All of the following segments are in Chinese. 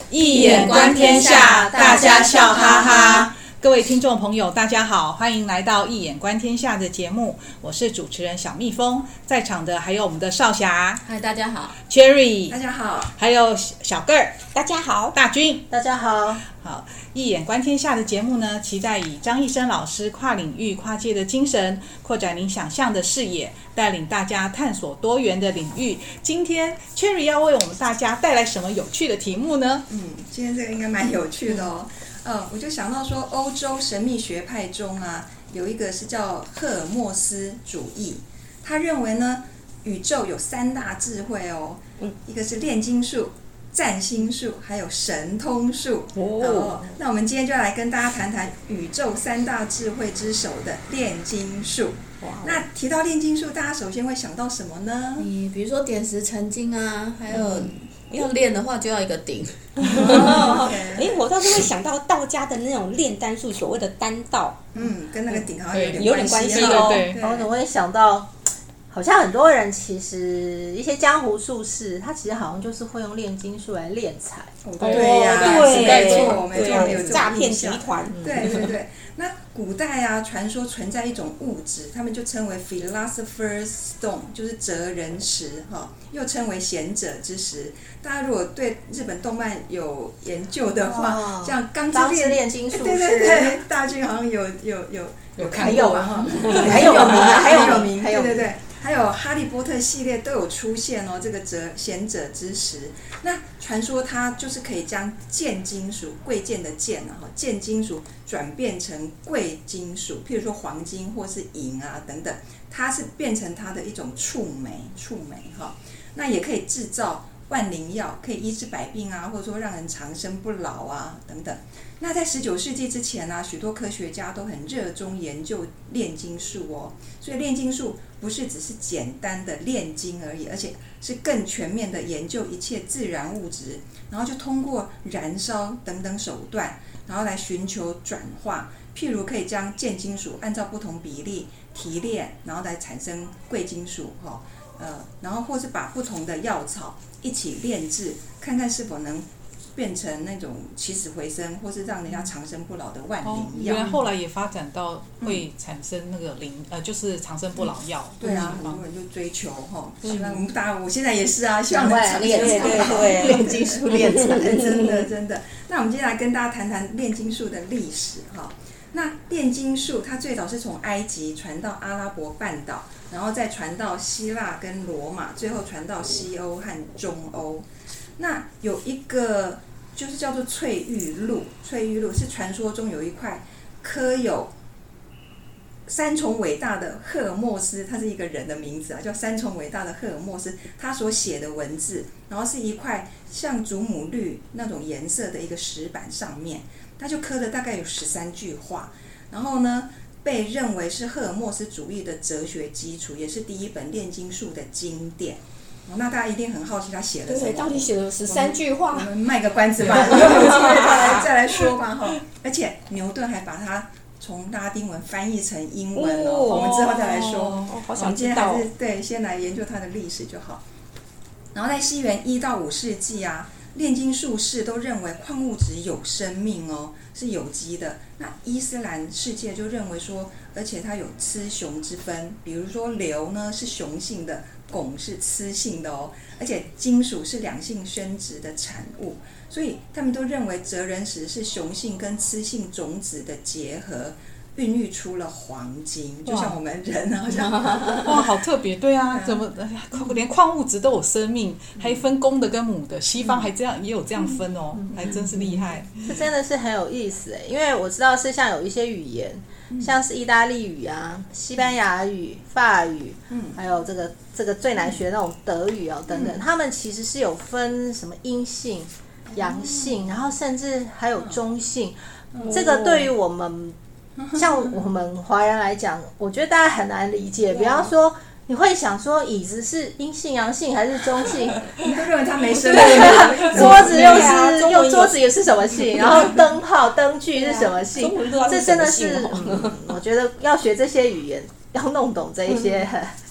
一眼观天下，大家笑哈哈。 各位听众朋友大家好，欢迎来到一眼观天下的节目，我是主持人小蜜蜂，在场的还有我们的少侠， 嗨，大家好 Cherry， 大家好， 还有小个儿， 大家好， 大军， 大家好。 好，一眼观天下的节目呢，期待以张医生老师跨领域跨界的精神，扩展您想象的视野，带领大家探索多元的领域。今天 Cherry 要为我们大家带来什么有趣的题目呢？ 今天这个应该蛮有趣的哦。我就想到说，欧洲神秘学派中啊，有一个是叫赫尔墨斯主义，他认为呢，宇宙有三大智慧哦，一个是炼金术、占星术，还有神通术。那我们今天就来跟大家谈谈宇宙三大智慧之首的炼金术。那提到炼金术，大家首先会想到什么呢？ 比如说点石成金啊，还有要炼的话就要一个鼎。 我倒是会想到道家的那种炼丹术，所谓的丹道， 跟那个鼎好像有点关系哦。 然后我会想到，好像很多人其实一些江湖术士，他其实好像就是会用炼金术来敛财。 对呀，没错，有诈骗集团。 对。那古代啊，传说存在一种物质，他们就称为 Philosopher's Stone， 就是哲人石又称为贤者之石。大家如果对日本动漫有研究的话，像钢之炼金术士，对，大军好像有看过吧？ 还有名， 对。还有哈利波特系列都有出现这个贤者之石。那传说它就是可以将贱金属，贵贱的贱贱金属转变成贵金属，譬如说黄金或是银啊等等，它是变成它的一种触媒那也可以制造万灵药，可以医治百病啊，或者说让人长生不老啊等等。那在19世纪之前啊，许多科学家都很热衷研究炼金术哦。所以炼金术不是只是简单的炼金而已，而且是更全面的研究一切自然物质，然后就通过燃烧等等手段，然后来寻求转化。譬如可以将贱金属按照不同比例提炼，然后来产生贵金属然后或是把不同的药草一起炼制，看看是否能变成那种起死回生，或是让人家长生不老的万灵药。 原来后来也发展到会产生那个就是长生不老药。 对啊，很多人就追求希望我们大家，我现在也是啊，希望能长生不老， 炼金术炼财， 真的。那我们接下来跟大家谈谈炼金术的历史那炼金术它最早是从埃及传到阿拉伯半岛，然后再传到希腊跟罗马，最后传到西欧和中欧。那有一个就是叫做翠玉露是传说中有一块刻有三重伟大的赫尔墨斯，他是一个人的名字叫三重伟大的赫尔墨斯，他所写的文字，然后是一块像祖母绿那种颜色的一个石板上面，他就刻了大概有13句话，然后呢被认为是赫尔墨斯主义的哲学基础，也是第一本炼金术的经典。那大家一定很好奇他写了什么？ 对，到底写了13句话？ 我们卖个关子吧，有机会再来说吧而且牛顿还把它从拉丁文翻译成英文我们之后再来说。 好想知道。 我们今天还是先来研究它的历史就好。然后在西元1到5世纪啊，炼金术士都认为矿物质有生命是有机的。那伊斯兰世界就认为说，而且它有雌雄之分，比如说硫呢是雄性的，汞是雌性的而且金属是两性生殖的产物，所以他们都认为哲人石是雄性跟雌性种子的结合，孕育出了黄金，就像我们人好像哇，好特别。对啊，怎么连矿物质都有生命，还分公的跟母的，西方还这样也有这样分还真是厉害。 这真的是很有意思因为我知道是像有一些语言，像是意大利语啊、西班牙语、法语，还有这个最难学那种德语等等，他们其实是有分什么阴性、阳性，然后甚至还有中性。这个对于我们像我们华人来讲，我觉得大家很难理解。比方说，你会想说椅子是阴性、阳性还是中性？ 你都认为它没生命。 桌子桌子也是什么性？然后灯泡、灯具是什么性？这真的是，我觉得要学这些语言，要弄懂这一些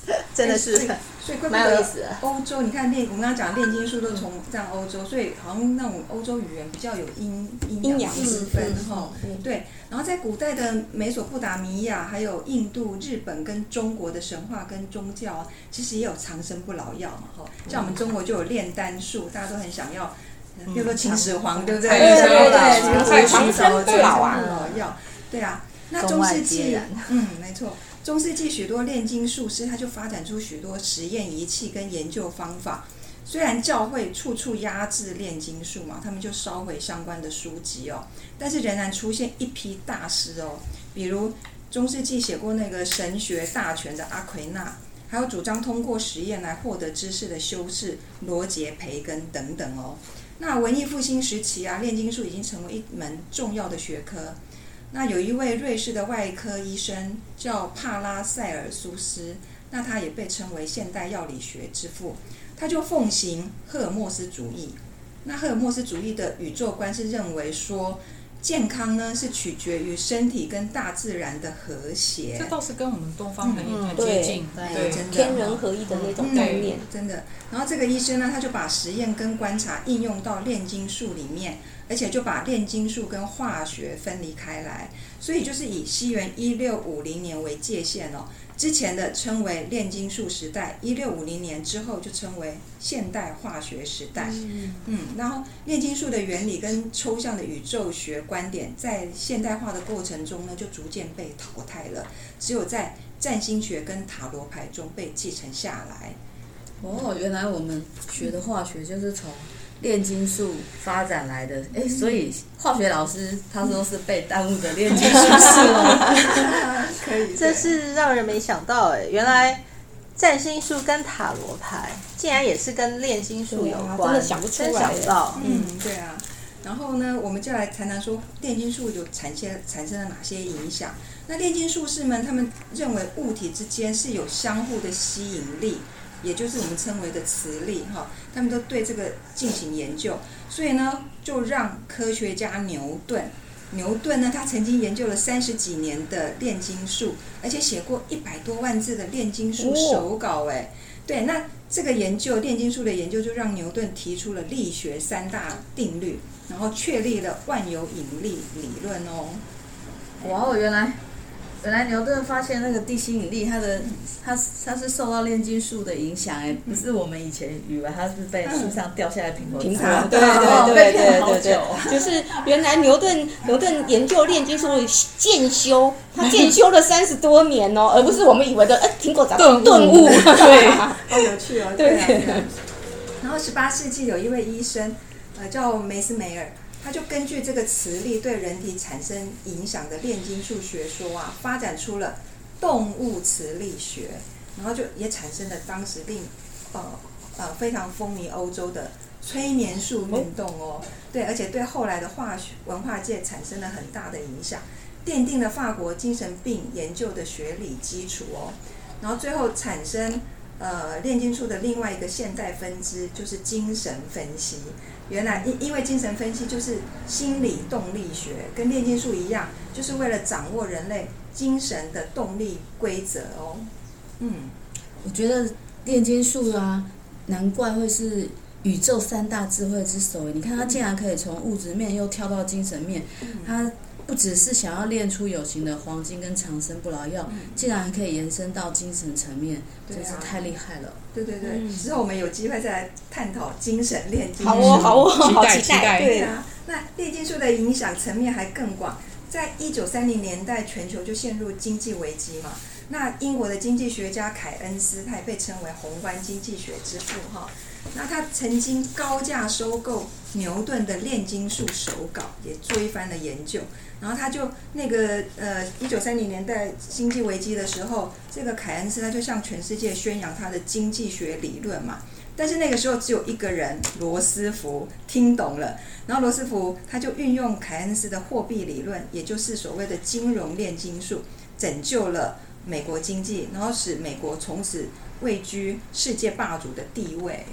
真的是所以怪不蛮有意得思的。 欧洲，你看我们刚刚讲炼金术都从这样欧洲，所以好像那种欧洲语言比较有阴阳之分哈。对，然后在古代的美索不达米亚，还有印度、日本跟中国的神话跟宗教，其实也有长生不老药嘛哈。像我们中国就有炼丹术，大家都很想要，比如说秦始皇，对不对？ 对， 长生不老啊， 药，对啊。那中世纪，没错。中世纪许多炼金术师，他就发展出许多实验仪器跟研究方法。虽然教会处处压制炼金术嘛，他们就烧毁相关的书籍哦，但是仍然出现一批大师哦，比如中世纪写过那个神学大全的阿奎那，还有主张通过实验来获得知识的修士罗杰培根等等哦。那文艺复兴时期啊，炼金术已经成为一门重要的学科。那有一位瑞士的外科医生叫帕拉塞尔苏斯，那他也被称为现代药理学之父。他就奉行赫尔墨斯主义。那赫尔墨斯主义的宇宙观是认为说，健康呢是取决于身体跟大自然的和谐。 这倒是跟我们东方很接近， 对， 真的天人合一的那种概念， 真的。然后这个医生呢，他就把实验跟观察应用到炼金术里面，而且就把炼金术跟化学分离开来，所以就是以西元1650年为界限哦。之前的称为炼金术时代，1650年之后就称为现代化学时代。然后炼金术的原理跟抽象的宇宙学观点，在现代化的过程中呢，就逐渐被淘汰了，只有在占星学跟塔罗牌中被继承下来。 哦，原来我们学的化学就是从炼金术发展来的，所以化学老师他说是被耽误的炼金术士吗？ 可以， 这是让人没想到原来占星术跟塔罗牌竟然也是跟炼金术有关， 真的想不出来， 真想不到。 对啊。然后呢，我们就来谈谈说炼金术有产生了哪些影响。那炼金术士们他们认为物体之间是有相互的吸引力，也就是我们称为的磁力哈，他们都对这个进行研究，所以呢，就让科学家牛顿呢，他曾经研究了30几年的炼金术，而且写过100多万字的炼金术手稿对，那这个研究炼金术的研究就让牛顿提出了力学3大定律，然后确立了万有引力理论哦。 哇，原来牛顿发现那个地心引力，它是受到炼金术的影响不是我们以前以为它是被树上掉下来苹果， 对，就是原来牛顿研究炼金术渐修，他渐修了30多年哦，而不是我们以为的苹果长顿悟， 对，好有趣哦，对啊。然后18世纪有一位医生，叫梅斯梅尔。他就根据这个磁力对人体产生影响的炼金术学说啊，发展出了动物磁力学，然后就也产生了当时非常风靡欧洲的催眠术运动哦。对，而且对后来的文化界产生了很大的影响，奠定了法国精神病研究的学理基础哦。然后最后产生炼金术的另外一个现代分支就是精神分析。原来因为精神分析就是心理动力学，跟炼金术一样，就是为了掌握人类精神的动力规则哦。 我觉得炼金术啊，难怪会是宇宙3大智慧之首。你看它竟然可以从物质面又跳到精神面，它不只是想要炼出有形的黄金跟长生不老药，竟然还可以延伸到精神层面，真是太厉害了。 对，之后我们有机会再来探讨精神炼金术。 好哦，好期待。 对啊，那炼金术的影响层面还更广。在1930年代，全球就陷入经济危机嘛。那英国的经济学家凯恩斯，他也被称为宏观经济学之父哈。那他曾经高价收购牛顿的炼金术手稿，也做一番的研究。然后他就1930年代经济危机的时候，这个凯恩斯他就向全世界宣扬他的经济学理论嘛。但是那个时候只有一个人，罗斯福听懂了，然后罗斯福他就运用凯恩斯的货币理论，也就是所谓的金融炼金术，拯救了美国经济，然后使美国从此位居世界霸主的地位。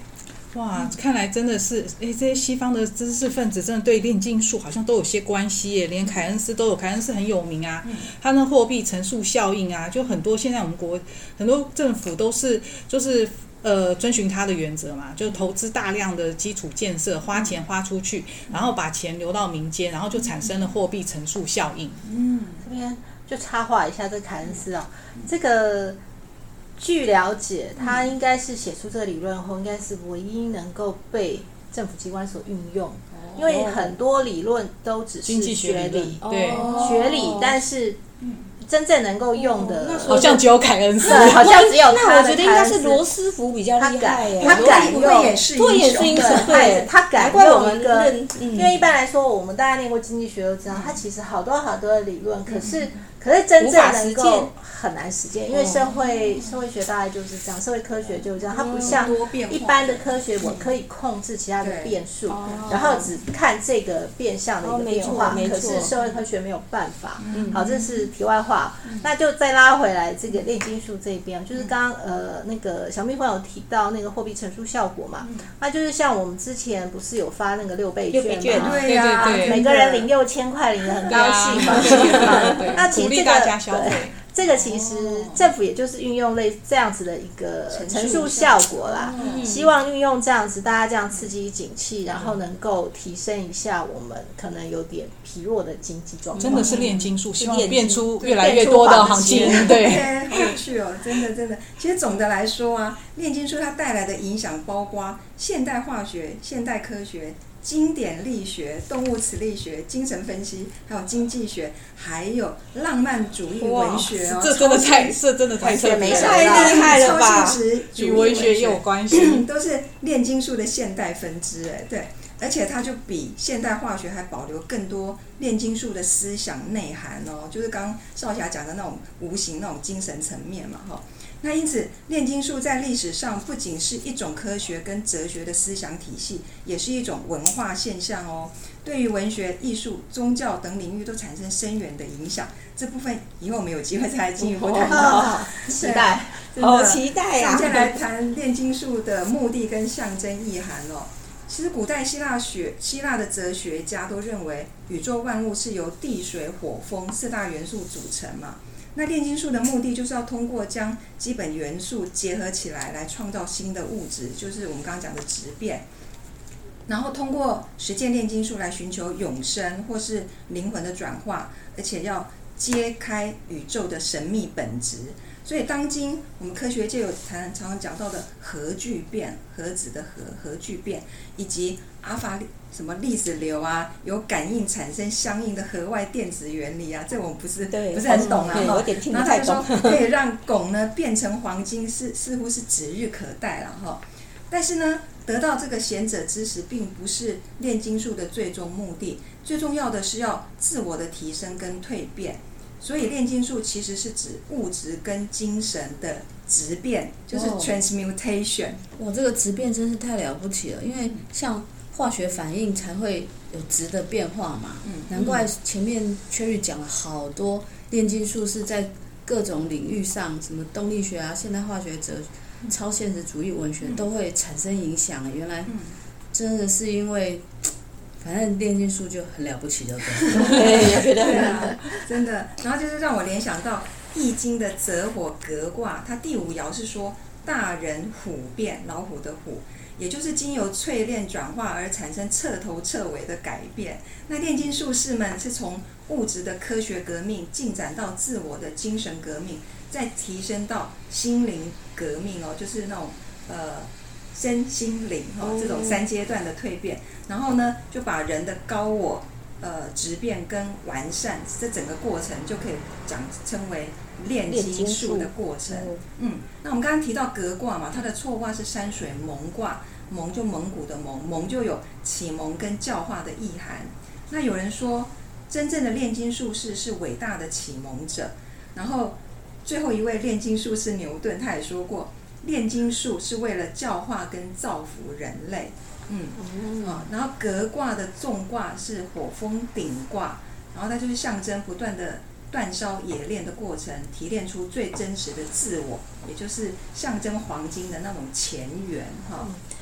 哇，看来真的是，这些西方的知识分子真的对炼金术好像都有些关系耶，连凯恩斯都有，凯恩斯很有名啊，他那货币乘数效应啊，就很多现在我们很多政府都是就是遵循他的原则嘛，就投资大量的基础建设，花钱花出去，然后把钱流到民间，然后就产生了货币乘数效应。 这边就插话一下，这凯恩斯这个据了解，他应该是写出这个理论后，应该是唯一能够被政府机关所运用，因为很多理论都只是学理， 对， 学理，但是真正能够用的， 好像只有凯恩斯， 好像只有他。 那我觉得应该是罗斯福比较厉害耶， 他敢用， 脱眼是英雄， 对，他敢用一个， 因为一般来说，我们大家念过经济学都知道，它其实好多的理论，可是真正能够很难实践，因为社会学大概就是这样，社会科学就是这样，它不像一般的科学，我可以控制其他的变数，然后只看这个变相的一个变化，可是社会科学没有办法。好，这是题外话，那就再拉回来这个炼金术这边，就是刚那个小蜜蜂有提到那个货币乘数效果嘛，那就是像我们之前不是有发那个6倍券吗？ 对呀， 每个人领6000块，领得很高兴嘛。那其实这个其实政府也就是运用这样子的一个乘数效果啦，希望运用这样子，大家这样刺激景气，然后能够提升一下我们可能有点疲弱的经济状况。 真的是炼金术，希望变出越来越多的行情。 对，好有趣哦，真的。其实总的来说啊，炼金术它带来的影响包括现代化学、现代科学、经典力学、动物磁力学、精神分析，还有经济学，还有浪漫主义文学哦。 这真的太特别了， 太厉害了吧！ 超现实主义与文学也有关系， 都是炼金术的现代分支哎，对。而且它就比现代化学还保留更多炼金术的思想内涵哦，就是刚刚少霞讲的那种无形那种精神层面嘛哈。那因此，炼金术在历史上不仅是一种科学跟哲学的思想体系，也是一种文化现象哦。对于文学、艺术、宗教等领域都产生深远的影响。这部分以后我们有机会再来进一步谈到。 期待， 好期待呀！ 接下来谈炼金术的目的跟象征意涵哦。其实古代希腊的哲学家都认为，宇宙万物是由地、水、火、风4大元素组成嘛。那炼金术的目的就是要通过将基本元素结合起来，来创造新的物质，就是我们刚刚讲的质变。然后通过实践炼金术来寻求永生或是灵魂的转化，而且要揭开宇宙的神秘本质。所以当今我们科学界有常常讲到的核聚变，核子的核聚变，以及阿法什么粒子流啊，有感应产生相应的核外电子原理啊，这我们不是很懂啊， 有点听不太懂。 然后他就说可以让汞呢变成黄金，似乎是指日可待了哈。但是呢，得到这个贤者之石并不是炼金术的最终目的，最重要的是要自我的提升跟蜕变。所以炼金术其实是指物质跟精神的质变，就是 transmutation。 哇，这个质变真是太了不起了，因为像化学反应才会有质的变化嘛。难怪前面 Cherry 讲了好多炼金术是在各种领域上，什么动力学啊、现代化学、超现实主义文学都会产生影响。原来真的是因为。反正炼金术就很了不起，对不对？我觉得很好， 真的。然后就是让我联想到《易经》的泽火革卦，它第5爻是说大人虎变，老虎的虎，也就是经由淬炼转化而产生彻头彻尾的改变。那炼金术士们是从物质的科学革命进展到自我的精神革命，再提升到心灵革命哦，就是那种身心灵这种3阶段的蜕变，然后呢，就把人的高我质变跟完善，这整个过程就可以称为炼金术的过程。那我们刚刚提到革卦嘛，它的错卦是山水蒙卦，蒙就蒙古的蒙，蒙就有启蒙跟教化的意涵。那有人说，真正的炼金术士是伟大的启蒙者，然后最后一位炼金术士牛顿，他也说过。炼金术是为了教化跟造福人类，然后革卦的纵卦是火风鼎卦，然后它就是象征不断的煅烧冶炼的过程，提炼出最真实的自我，也就是象征黄金的那种前缘哈。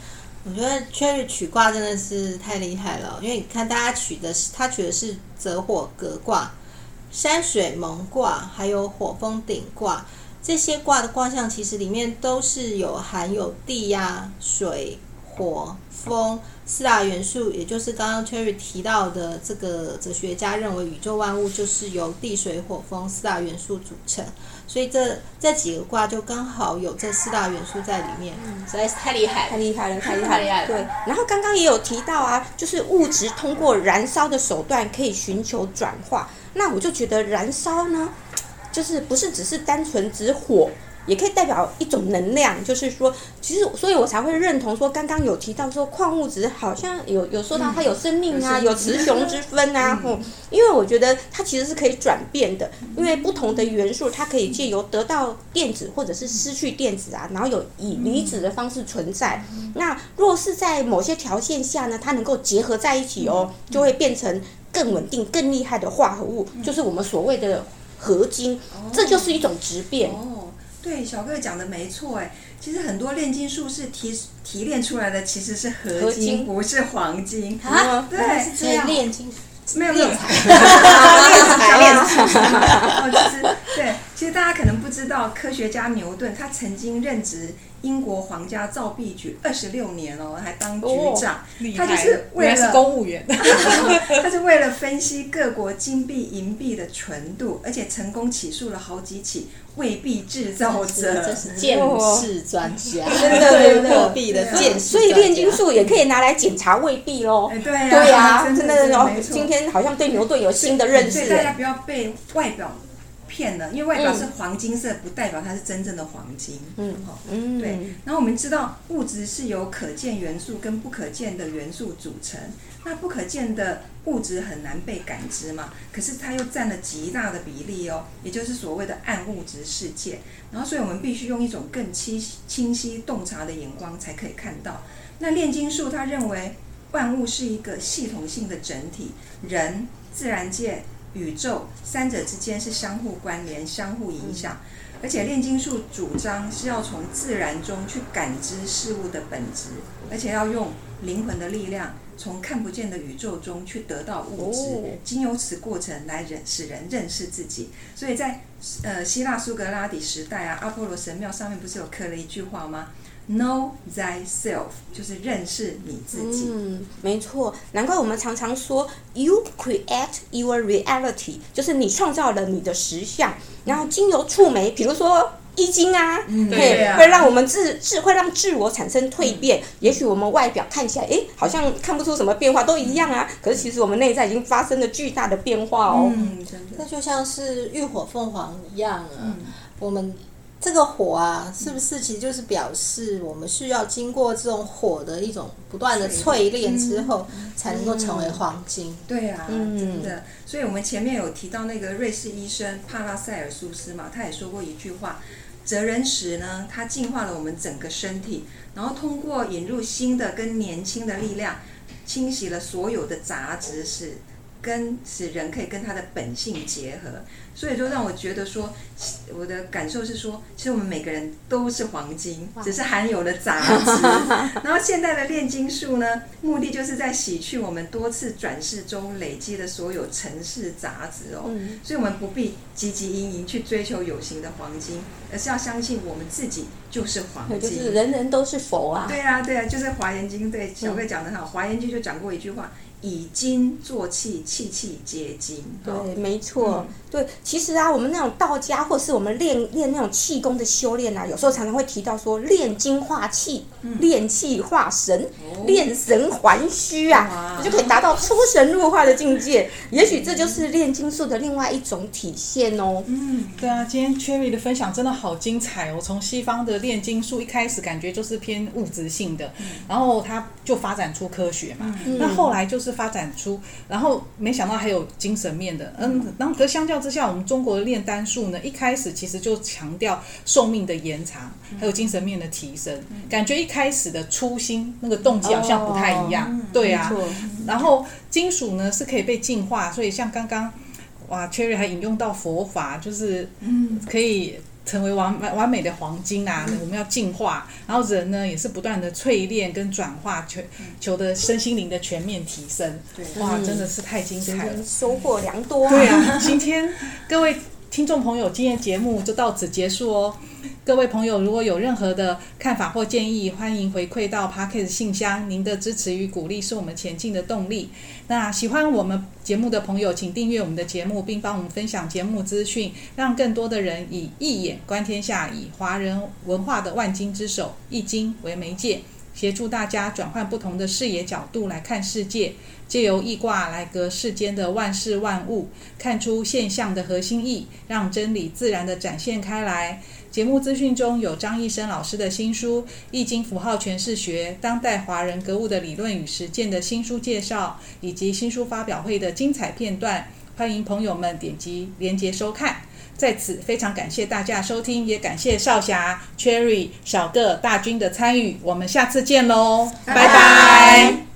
我觉得 Cherry 取卦真的是太厉害了，因为你看他取的是泽火革卦、山水蒙卦，还有火风鼎卦。这些卦的卦象其实里面都是含有地呀、水、火、风四大元素，也就是刚刚 Cherry 提到的，这个哲学家认为宇宙万物就是由地水火风四大元素组成，所以这几个卦就刚好有这四大元素在里面， 实在是太厉害了， 太厉害了， 太厉害了。 对， 然后刚刚也有提到啊，就是物质通过燃烧的手段可以寻求转化。那我就觉得燃烧呢，就是不是只是单纯指火，也可以代表一种能量，就是说，其实所以我才会认同说，刚刚有提到说矿物质好像有说到它有生命啊，有雌雄之分啊，因为我觉得它其实是可以转变的，因为不同的元素它可以借由得到电子或者是失去电子啊，然后有以离子的方式存在。那若是在某些条件下呢，它能够结合在一起哦，就会变成更稳定、更厉害的化合物，就是我们所谓的合金，这就是一种质变。 对，小哥讲的没错哎，其实很多炼金术是提炼出来的，其实是合金，不是黄金啊。 对， 是这样。炼金没有炼材，其实大家可能不知道，科学家牛顿他曾经任职英国皇家造币局26年哦，还当局长。他就是为了是公务员， 他是为了分析各国金币、银币的纯度，而且成功起诉了好几起伪币制造者。 这是鉴识专家， 真的货币的鉴识。 所以炼金术也可以拿来检查伪币咯。 对呀， 真的哦，今天好像对牛顿有新的认识。 所以大家不要被外表骗了，因为外表是黄金色，不代表它是真正的黄金。对。然后我们知道，物质是由可见元素跟不可见的元素组成。那不可见的物质很难被感知嘛，可是它又占了极大的比例哦，也就是所谓的暗物质世界。然后，所以我们必须用一种更清晰洞察的眼光才可以看到。那炼金术他认为，万物是一个系统性的整体，人、自然界、宇宙三者之间是相互关联、相互影响。而且炼金术主张是要从自然中去感知事物的本质，而且要用灵魂的力量，从看不见的宇宙中去得到物质，经由此过程来使人认识自己。所以在希腊苏格拉底时代啊，阿波罗神庙上面不是有刻了一句话吗？Know thyself， 就是认识你自己。 没错，难怪我们常常说 You create your reality， 就是你创造了你的实相，然后经由触媒，比如说易经啊，会让我们会让自我产生蜕变。也许我们外表看起来，好像看不出什么变化，都一样啊。可是其实我们内在已经发生了巨大的变化哦。 真的， 那就像是浴火凤凰一样啊，我们。这个火啊，是不是其实就是表示我们需要经过这种火的一种不断的淬炼之后，才能够成为黄金？ 对啊，真的。所以我们前面有提到那个瑞士医生帕拉塞尔苏斯嘛，他也说过一句话：择人石呢，它净化了我们整个身体，然后通过引入新的跟年轻的力量，清洗了所有的杂质，使人可以跟他的本性结合。所以就让我觉得说，我的感受是说，其实我们每个人都是黄金，只是含有了杂质。然后现代的炼金术呢，目的就是在洗去我们多次转世中累积的所有尘世杂质哦。所以我们不必汲汲营营去追求有形的黄金，而是要相信我们自己就是黄金。 就是人人都是佛啊。 对啊，就是华严经，对小慧讲得好，华严经就讲过一句话。以金做器，器器皆金。 对，没错。对，其实啊，我们那种道家或是我们练那种气功的修炼啊，有时候常常会提到说炼金化气，炼气化神，炼神还虚啊，你就可以达到出神入化的境界。也许这就是炼金术的另外一种体现哦。 对啊，今天 Cherry 的分享真的好精彩哦。从西方的炼金术一开始感觉就是偏物质性的，然后它就发展出科学嘛，那后来就是发展出，然后没想到还有精神面的，然后可是相较之下，我们中国的炼丹术呢，一开始其实就强调寿命的延长，还有精神面的提升，感觉一开始的初心那个动机好像不太一样，对啊。然后金属呢是可以被净化，所以像刚刚Cherry 还引用到佛法，就是可以成为完美的黄金啊，我们要进化，然后人呢也是不断的淬炼跟转化，求得身心灵的全面提升。哇，真的是太精彩了， 收获良多啊！ 对啊，今天各位听众朋友，今天节目就到此结束哦。各位朋友，如果有任何的看法或建议，欢迎回馈到 Podcast 信箱。您的支持与鼓励是我们前进的动力。那喜欢我们节目的朋友，请订阅我们的节目，并帮我们分享节目资讯，让更多的人以一眼观天下，以华人文化的万经之首易经为媒介，协助大家转换不同的视野角度来看世界，借由易卦来隔世间的万事万物，看出现象的核心意，让真理自然地展现开来。节目资讯中有张义生老师的新书《易经符号诠释学：当代华人格物的理论与实践》的新书介绍，以及新书发表会的精彩片段，欢迎朋友们点击连结收看。在此非常感谢大家收听，也感谢少侠、Cherry、小个、大军的参与，我们下次见喽，拜拜。